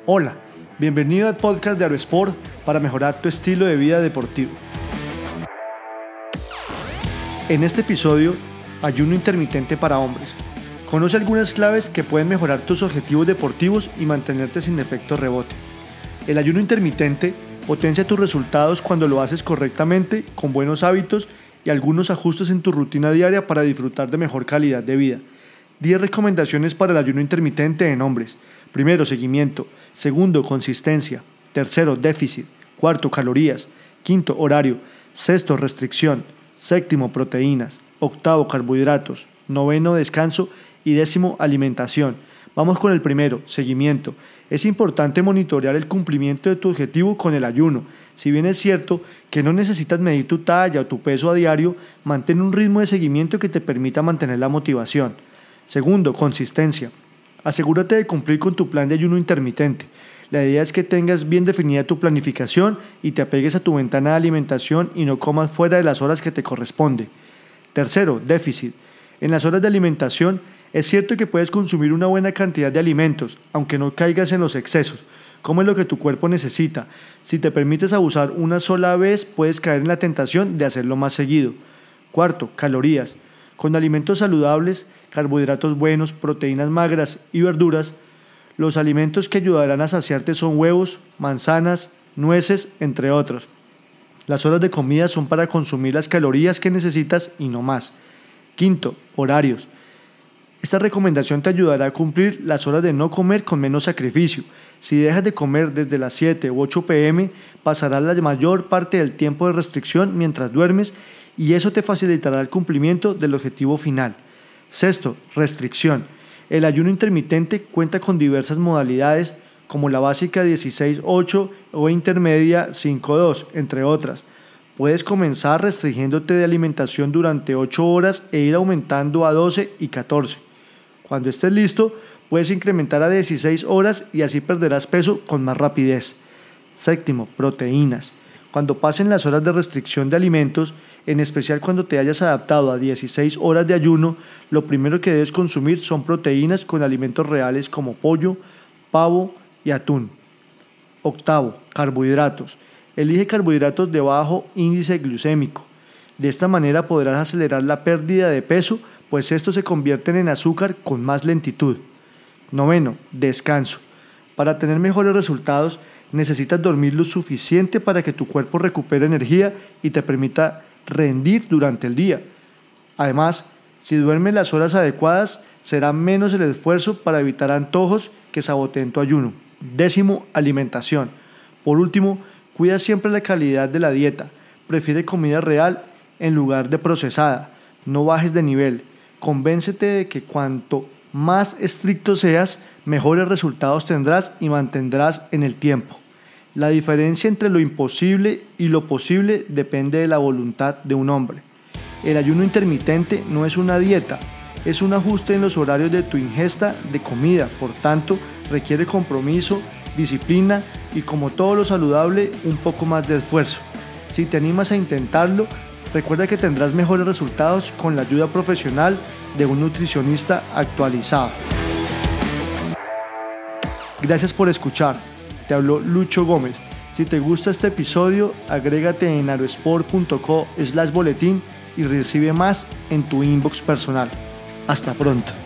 Hola, bienvenido al podcast de Aerosport para mejorar tu estilo de vida deportivo. En este episodio, ayuno intermitente para hombres. Conoce algunas claves que pueden mejorar tus objetivos deportivos y mantenerte sin efecto rebote. El ayuno intermitente potencia tus resultados cuando lo haces correctamente, con buenos hábitos y algunos ajustes en tu rutina diaria para disfrutar de mejor calidad de vida. 10 recomendaciones para el ayuno intermitente en hombres. Primero, seguimiento. Segundo, consistencia. Tercero, déficit. Cuarto, calorías. Quinto, horario. Sexto, restricción. Séptimo, proteínas. Octavo, carbohidratos. Noveno, descanso. Y décimo, alimentación. Vamos con el primero, seguimiento. Es importante monitorear el cumplimiento de tu objetivo con el ayuno. Si bien es cierto que no necesitas medir tu talla o tu peso a diario, mantén un ritmo de seguimiento que te permita mantener la motivación. Segundo, consistencia. Asegúrate de cumplir con tu plan de ayuno intermitente. La idea es que tengas bien definida tu planificación y te apegues a tu ventana de alimentación y no comas fuera de las horas que te corresponde. Tercero, déficit. En las horas de alimentación es cierto que puedes consumir una buena cantidad de alimentos, aunque no caigas en los excesos. Come lo que tu cuerpo necesita. Si te permites abusar una sola vez, puedes caer en la tentación de hacerlo más seguido. Cuarto, calorías. Con alimentos saludables, carbohidratos buenos, proteínas magras y verduras, los alimentos que ayudarán a saciarte son huevos, manzanas, nueces, entre otros. Las horas de comida son para consumir las calorías que necesitas y no más. Quinto, horarios. Esta recomendación te ayudará a cumplir las horas de no comer con menos sacrificio. Si dejas de comer desde las 7 u 8 p.m., pasarás la mayor parte del tiempo de restricción mientras duermes y eso te facilitará el cumplimiento del objetivo final. Sexto, restricción. El ayuno intermitente cuenta con diversas modalidades como la básica 16-8 o intermedia 5-2, entre otras. Puedes comenzar restringiéndote de alimentación durante 8 horas e ir aumentando a 12 y 14. Cuando estés listo, puedes incrementar a 16 horas y así perderás peso con más rapidez. Séptimo, proteínas. Cuando pasen las horas de restricción de alimentos, en especial cuando te hayas adaptado a 16 horas de ayuno, lo primero que debes consumir son proteínas con alimentos reales como pollo, pavo y atún. Octavo, carbohidratos. Elige carbohidratos de bajo índice glucémico. De esta manera podrás acelerar la pérdida de peso, pues estos se convierten en azúcar con más lentitud. Noveno, descanso. Para tener mejores resultados, necesitas dormir lo suficiente para que tu cuerpo recupere energía y te permita rendir durante el día. Además, si duermes las horas adecuadas, será menos el esfuerzo para evitar antojos que saboteen tu ayuno. Décimo, alimentación. Por último, cuida siempre la calidad de la dieta. Prefiere comida real en lugar de procesada. No bajes de nivel. Convéncete de que cuanto más estricto seas, mejores resultados tendrás y mantendrás en el tiempo. La diferencia entre lo imposible y lo posible depende de la voluntad de un hombre. El ayuno intermitente no es una dieta, es un ajuste en los horarios de tu ingesta de comida, por tanto, requiere compromiso, disciplina y, como todo lo saludable, un poco más de esfuerzo. Si te animas a intentarlo, recuerda que tendrás mejores resultados con la ayuda profesional de un nutricionista actualizado. Gracias por escuchar. Te habló Lucho Gómez. Si te gusta este episodio, agrégate en aerosport.co/boletín y recibe más en tu inbox personal. Hasta pronto.